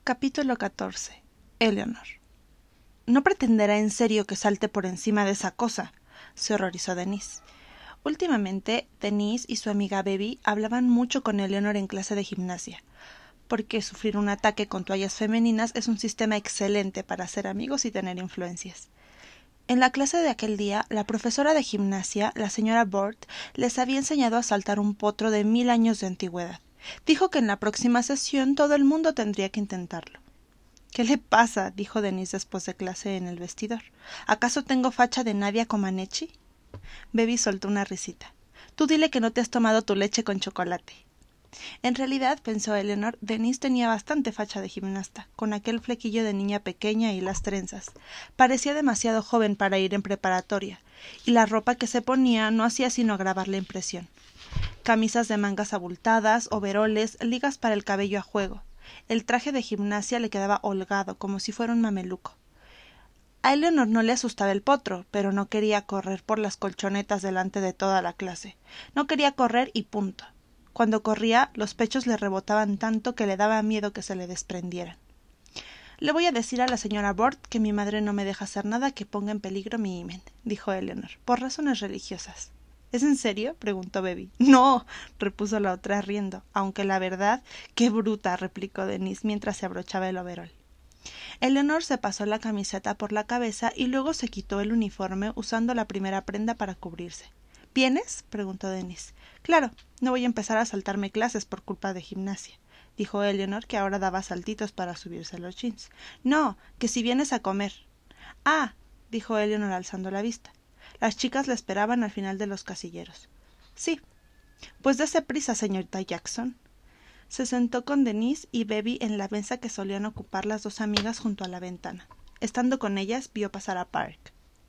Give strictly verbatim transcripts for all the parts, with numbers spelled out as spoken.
Capítulo catorce. Eleanor. No pretenderá en serio que salte por encima de esa cosa, se horrorizó Denise. Últimamente, Denise y su amiga Baby hablaban mucho con Eleanor en clase de gimnasia, porque sufrir un ataque con toallas femeninas es un sistema excelente para hacer amigos y tener influencias. En la clase de aquel día, la profesora de gimnasia, la señora Bort, les había enseñado a saltar un potro de mil años de antigüedad. Dijo que en la próxima sesión todo el mundo tendría que intentarlo. —¿Qué le pasa? —dijo Denise después de clase en el vestidor. —¿Acaso tengo facha de Nadia Comaneci? Baby soltó una risita. —Tú dile que no te has tomado tu leche con chocolate. En realidad, pensó Eleanor, Denise tenía bastante facha de gimnasta, con aquel flequillo de niña pequeña y las trenzas. Parecía demasiado joven para ir en preparatoria, y la ropa que se ponía no hacía sino agravar la impresión. Camisas de mangas abultadas, overoles, ligas para el cabello a juego. El traje de gimnasia le quedaba holgado, como si fuera un mameluco. A Eleanor no le asustaba el potro, pero no quería correr por las colchonetas delante de toda la clase. No quería correr y punto. Cuando corría, los pechos le rebotaban tanto que le daba miedo que se le desprendieran. —Le voy a decir a la señora Bort que mi madre no me deja hacer nada que ponga en peligro mi himen —dijo Eleanor—, por razones religiosas. —¿Es en serio? —preguntó Baby. —No —repuso la otra riendo—, aunque la verdad, qué bruta —replicó Denise mientras se abrochaba el overol. Eleanor se pasó la camiseta por la cabeza y luego se quitó el uniforme usando la primera prenda para cubrirse. —¿Vienes? —preguntó Denise. —Claro, no voy a empezar a saltarme clases por culpa de gimnasia —dijo Eleanor, que ahora daba saltitos para subirse los jeans—. No, que si vienes a comer. —Ah —dijo Eleanor alzando la vista. Las chicas la esperaban al final de los casilleros. —Sí. —Pues dese prisa, señorita Jackson. Se sentó con Denise y Baby en la mesa que solían ocupar las dos amigas junto a la ventana. Estando con ellas, vio pasar a Park.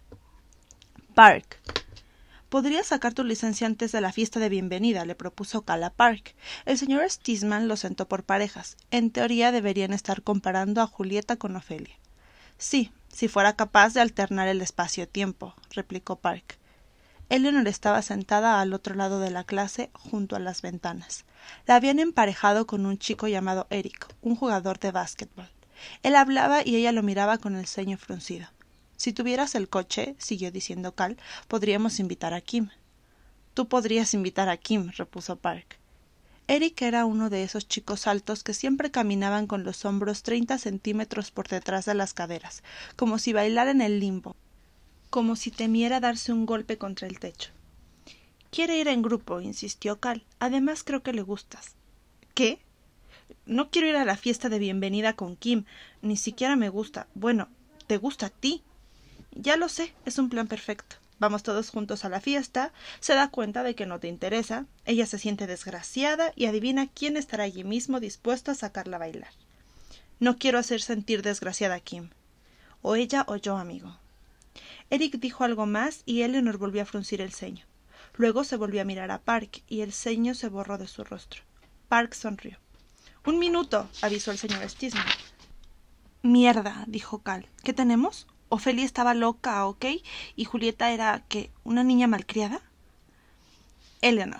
—Park. —¿Podrías sacar tu licencia antes de la fiesta de bienvenida? —le propuso Cal a Park. El señor Steersman los sentó por parejas. En teoría deberían estar comparando a Julieta con Ofelia. —Sí, si fuera capaz de alternar el espacio-tiempo —replicó Park. Eleanor estaba sentada al otro lado de la clase, junto a las ventanas. La habían emparejado con un chico llamado Eric, un jugador de básquetbol. Él hablaba y ella lo miraba con el ceño fruncido. —Si tuvieras el coche —siguió diciendo Cal—, podríamos invitar a Kim. —Tú podrías invitar a Kim —repuso Park. Eric era uno de esos chicos altos que siempre caminaban con los hombros treinta centímetros por detrás de las caderas, como si bailara en el limbo, como si temiera darse un golpe contra el techo. —Quiere ir en grupo —insistió Cal—. Además creo que le gustas. —¿Qué? No quiero ir a la fiesta de bienvenida con Kim. Ni siquiera me gusta. Bueno, te gusta a ti. —Ya lo sé, es un plan perfecto. Vamos todos juntos a la fiesta, se da cuenta de que no te interesa, ella se siente desgraciada y adivina quién estará allí mismo dispuesto a sacarla a bailar. No quiero hacer sentir desgraciada a Kim. O ella o yo, amigo. Eric dijo algo más y Eleanor volvió a fruncir el ceño. Luego se volvió a mirar a Park y el ceño se borró de su rostro. Park sonrió. —Un minuto —avisó el señor Steersman. —Mierda —dijo Cal—. ¿Qué tenemos? Ofelia estaba loca, ¿ok? ¿Y Julieta era, qué, una niña malcriada? Eleanor.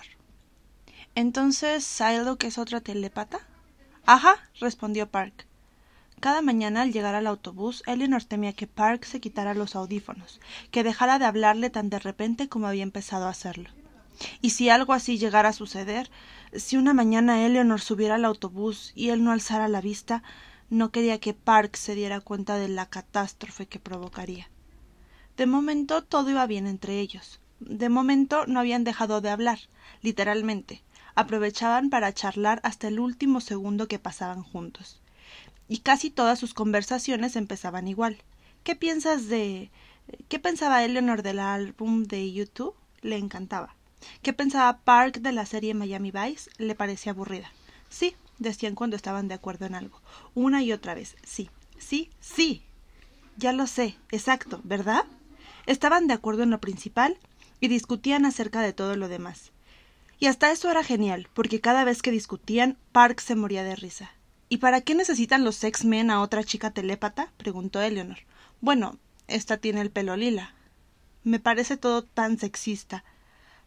¿Entonces Psylocke es otra telépata? Ajá, respondió Park. Cada mañana al llegar al autobús, Eleanor temía que Park se quitara los audífonos, que dejara de hablarle tan de repente como había empezado a hacerlo. Y si algo así llegara a suceder, si una mañana Eleanor subiera al autobús y él no alzara la vista, no quería que Park se diera cuenta de la catástrofe que provocaría. De momento todo iba bien entre ellos. De momento no habían dejado de hablar, literalmente. Aprovechaban para charlar hasta el último segundo que pasaban juntos. Y casi todas sus conversaciones empezaban igual. ¿Qué piensas de...? ¿Qué pensaba Eleanor del álbum de U dos? Le encantaba. ¿Qué pensaba Park de la serie Miami Vice? Le parecía aburrida. Sí, decían cuando estaban de acuerdo en algo. Una y otra vez. Sí, sí, sí. Ya lo sé, exacto, ¿verdad? Estaban de acuerdo en lo principal y discutían acerca de todo lo demás. Y hasta eso era genial, porque cada vez que discutían, Park se moría de risa. ¿Y para qué necesitan los X-Men a otra chica telépata? Preguntó Eleanor. Bueno, esta tiene el pelo lila. Me parece todo tan sexista.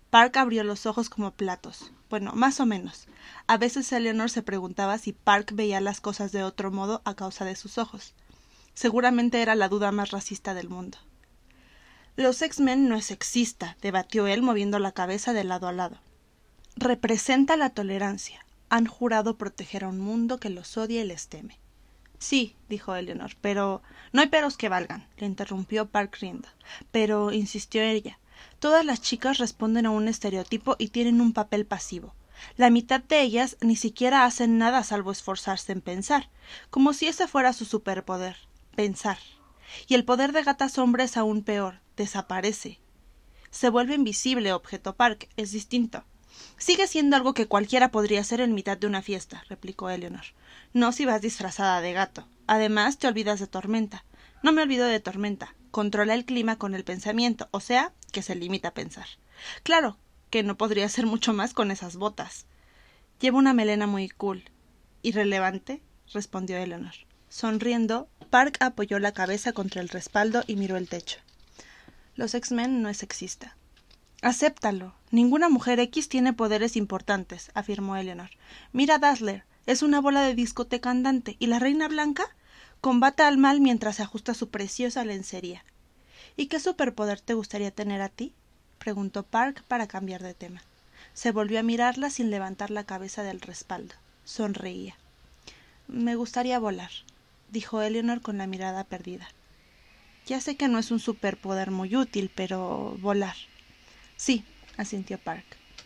Park abrió los ojos como platos. Bueno, más o menos. A veces Eleanor se preguntaba si Park veía las cosas de otro modo a causa de sus ojos. Seguramente era la duda más racista del mundo. Los X-Men no es sexista, debatió él moviendo la cabeza de lado a lado. Representa la tolerancia. Han jurado proteger a un mundo que los odia y les teme. Sí, dijo Eleanor, pero no hay peros que valgan, le interrumpió Park riendo. Pero, insistió ella, todas las chicas responden a un estereotipo y tienen un papel pasivo. La mitad de ellas ni siquiera hacen nada salvo esforzarse en pensar, como si ese fuera su superpoder, pensar. Y el poder de Gata Sombra es aún peor, desaparece. Se vuelve invisible, objetó Park, es distinto. Sigue siendo algo que cualquiera podría hacer en mitad de una fiesta, replicó Eleanor. No si vas disfrazada de gato. Además, te olvidas de Tormenta. No me olvido de Tormenta. Controla el clima con el pensamiento, o sea, que se limita a pensar. Claro, que no podría hacer mucho más con esas botas. Lleva una melena muy cool. ¿Irrelevante? Respondió Eleanor. Sonriendo, Park apoyó la cabeza contra el respaldo y miró el techo. Los X-Men no es sexista. Acéptalo. Ninguna mujer X tiene poderes importantes, afirmó Eleanor. Mira a Dazzler. Es una bola de discoteca andante. ¿Y la Reina Blanca? Combate al mal mientras se ajusta su preciosa lencería. ¿Y qué superpoder te gustaría tener a ti? Preguntó Park para cambiar de tema. Se volvió a mirarla sin levantar la cabeza del respaldo. Sonreía. Me gustaría volar, dijo Eleanor con la mirada perdida. Ya sé que no es un superpoder muy útil, pero volar. Sí, asintió Park.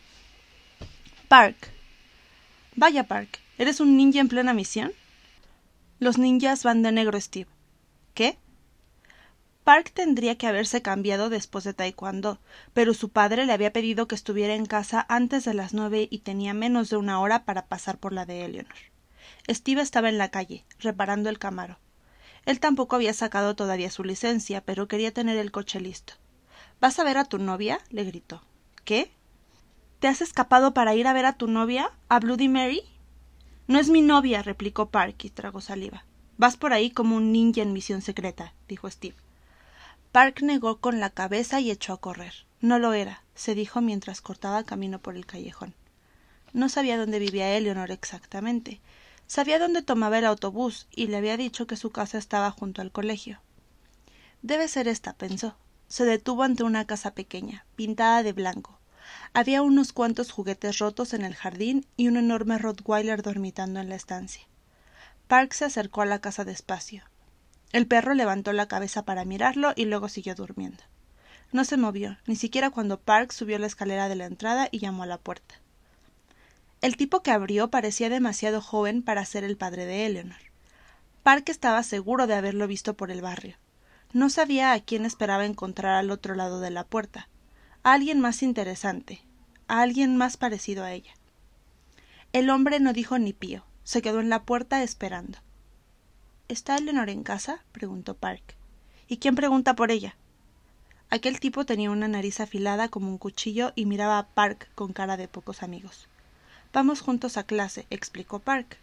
Park. Vaya, Park, ¿eres un ninja en plena misión? Los ninjas van de negro, Steve. ¿Qué? Park tendría que haberse cambiado después de taekwondo, pero su padre le había pedido que estuviera en casa antes de las nueve y tenía menos de una hora para pasar por la de Eleanor. Steve estaba en la calle, reparando el Camaro. Él tampoco había sacado todavía su licencia, pero quería tener el coche listo. ¿Vas a ver a tu novia? Le gritó. ¿Qué? ¿Te has escapado para ir a ver a tu novia? ¿A Bloody Mary? No es mi novia, replicó Park y tragó saliva. Vas por ahí como un ninja en misión secreta, dijo Steve. Park negó con la cabeza y echó a correr. No lo era, se dijo mientras cortaba camino por el callejón. No sabía dónde vivía Eleanor exactamente. Sabía dónde tomaba el autobús y le había dicho que su casa estaba junto al colegio. Debe ser esta, pensó. Se detuvo ante una casa pequeña, pintada de blanco. Había unos cuantos juguetes rotos en el jardín y un enorme rottweiler dormitando en la estancia. Park se acercó a la casa despacio. El perro levantó la cabeza para mirarlo y luego siguió durmiendo. No se movió, ni siquiera cuando Park subió la escalera de la entrada y llamó a la puerta. El tipo que abrió parecía demasiado joven para ser el padre de Eleanor. Park estaba seguro de haberlo visto por el barrio. No sabía a quién esperaba encontrar al otro lado de la puerta. A alguien más interesante, a alguien más parecido a ella. El hombre no dijo ni pío, se quedó en la puerta esperando. ¿Está Eleanor en casa? Preguntó Park. ¿Y quién pregunta por ella? Aquel tipo tenía una nariz afilada como un cuchillo y miraba a Park con cara de pocos amigos. Vamos juntos a clase, explicó Park.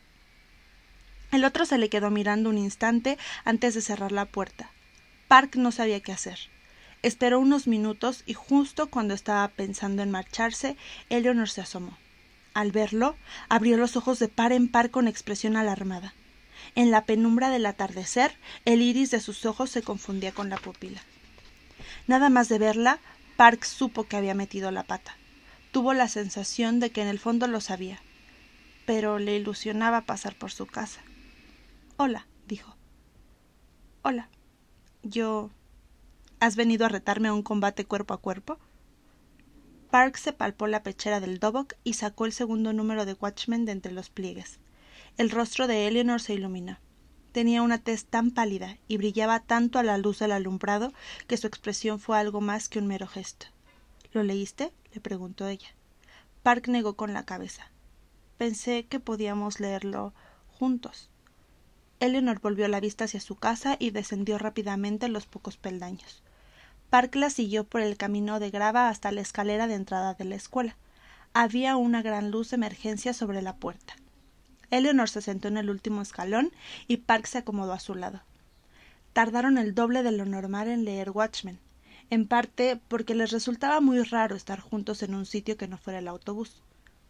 El otro se le quedó mirando un instante antes de cerrar la puerta. Park no sabía qué hacer. Esperó unos minutos y justo cuando estaba pensando en marcharse, Eleanor se asomó. Al verlo, abrió los ojos de par en par con expresión alarmada. En la penumbra del atardecer, el iris de sus ojos se confundía con la pupila. Nada más de verla, Park supo que había metido la pata. Tuvo la sensación de que en el fondo lo sabía, pero le ilusionaba pasar por su casa. «Hola», dijo. «Hola. Yo... ¿Has venido a retarme a un combate cuerpo a cuerpo?» Park se palpó la pechera del Dobok y sacó el segundo número de Watchmen de entre los pliegues. El rostro de Eleanor se iluminó. Tenía una tez tan pálida y brillaba tanto a la luz del alumbrado que su expresión fue algo más que un mero gesto. «¿Lo leíste?», le preguntó ella. Park negó con la cabeza. «Pensé que podíamos leerlo juntos». Eleanor volvió la vista hacia su casa y descendió rápidamente los pocos peldaños. Park la siguió por el camino de grava hasta la escalera de entrada de la escuela. Había una gran luz de emergencia sobre la puerta. Eleanor se sentó en el último escalón y Park se acomodó a su lado. Tardaron el doble de lo normal en leer Watchmen. en parte porque les resultaba muy raro estar juntos en un sitio que no fuera el autobús.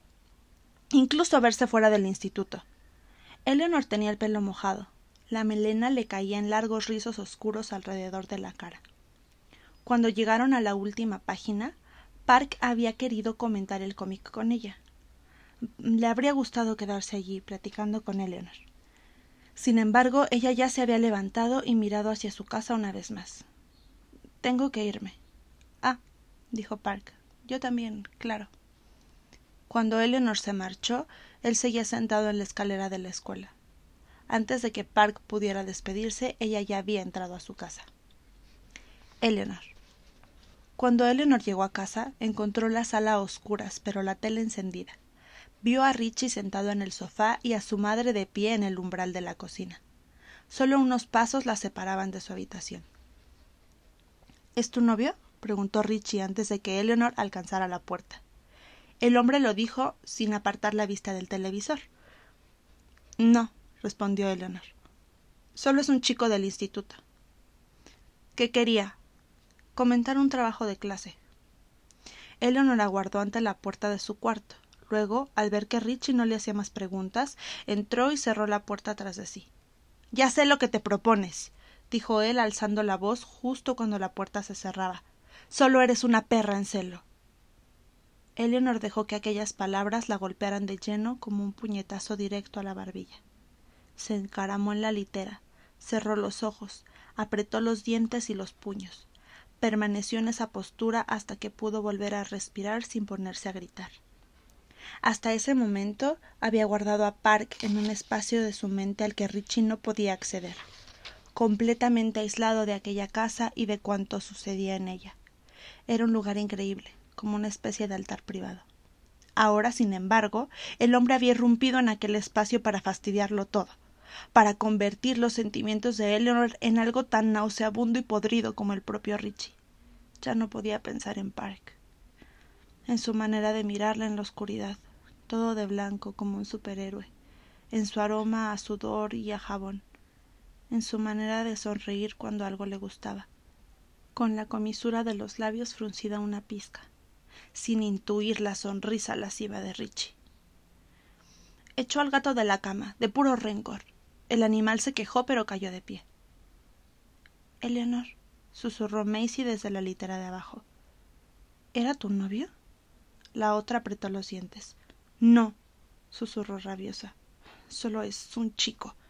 Incluso verse fuera del instituto. Eleanor tenía el pelo mojado. La melena le caía en largos rizos oscuros alrededor de la cara. Cuando llegaron a la última página, Park había querido comentar el cómic con ella. Le habría gustado quedarse allí platicando con Eleanor. Sin embargo, ella ya se había levantado y mirado hacia su casa una vez más. Tengo que irme. Ah, dijo Park. Yo también, claro. Cuando Eleanor se marchó, él seguía sentado en la escalera de la escuela. Antes de que Park pudiera despedirse, ella ya había entrado a su casa. Eleanor. Cuando Eleanor llegó a casa, encontró la sala a oscuras, pero la tele encendida. Vio a Richie sentado en el sofá y a su madre de pie en el umbral de la cocina. Solo unos pasos la separaban de su habitación. ¿Es tu novio?, preguntó Richie antes de que Eleanor alcanzara la puerta. El hombre lo dijo sin apartar la vista del televisor. No, respondió Eleanor. Solo es un chico del instituto. ¿Qué quería? Comentar un trabajo de clase. Eleanor aguardó ante la puerta de su cuarto. Luego, al ver que Richie no le hacía más preguntas, entró y cerró la puerta tras de sí. «Ya sé lo que te propones», dijo él alzando la voz justo cuando la puerta se cerraba. «Solo eres una perra en celo». Eleanor dejó que aquellas palabras la golpearan de lleno como un puñetazo directo a la barbilla. Se encaramó en la litera, cerró los ojos, apretó los dientes y los puños. Permaneció en esa postura hasta que pudo volver a respirar sin ponerse a gritar. Hasta ese momento había guardado a Park en un espacio de su mente al que Richie no podía acceder, completamente aislado de aquella casa y de cuanto sucedía en ella. Era un lugar increíble, como una especie de altar privado. Ahora, sin embargo, el hombre había irrumpido en aquel espacio para fastidiarlo todo, para convertir los sentimientos de Eleanor en algo tan nauseabundo y podrido como el propio Richie. Ya no podía pensar en Park, en su manera de mirarla en la oscuridad, todo de blanco como un superhéroe, en su aroma a sudor y a jabón, en su manera de sonreír cuando algo le gustaba, con la comisura de los labios fruncida una pizca, sin intuir la sonrisa lasciva de Richie. Echó al gato de la cama, de puro rencor. El animal se quejó, pero cayó de pie. «Eleanor», susurró Maisie desde la litera de abajo. «¿Era tu novio?» La otra apretó los dientes. «No», susurró rabiosa. «Solo es un chico».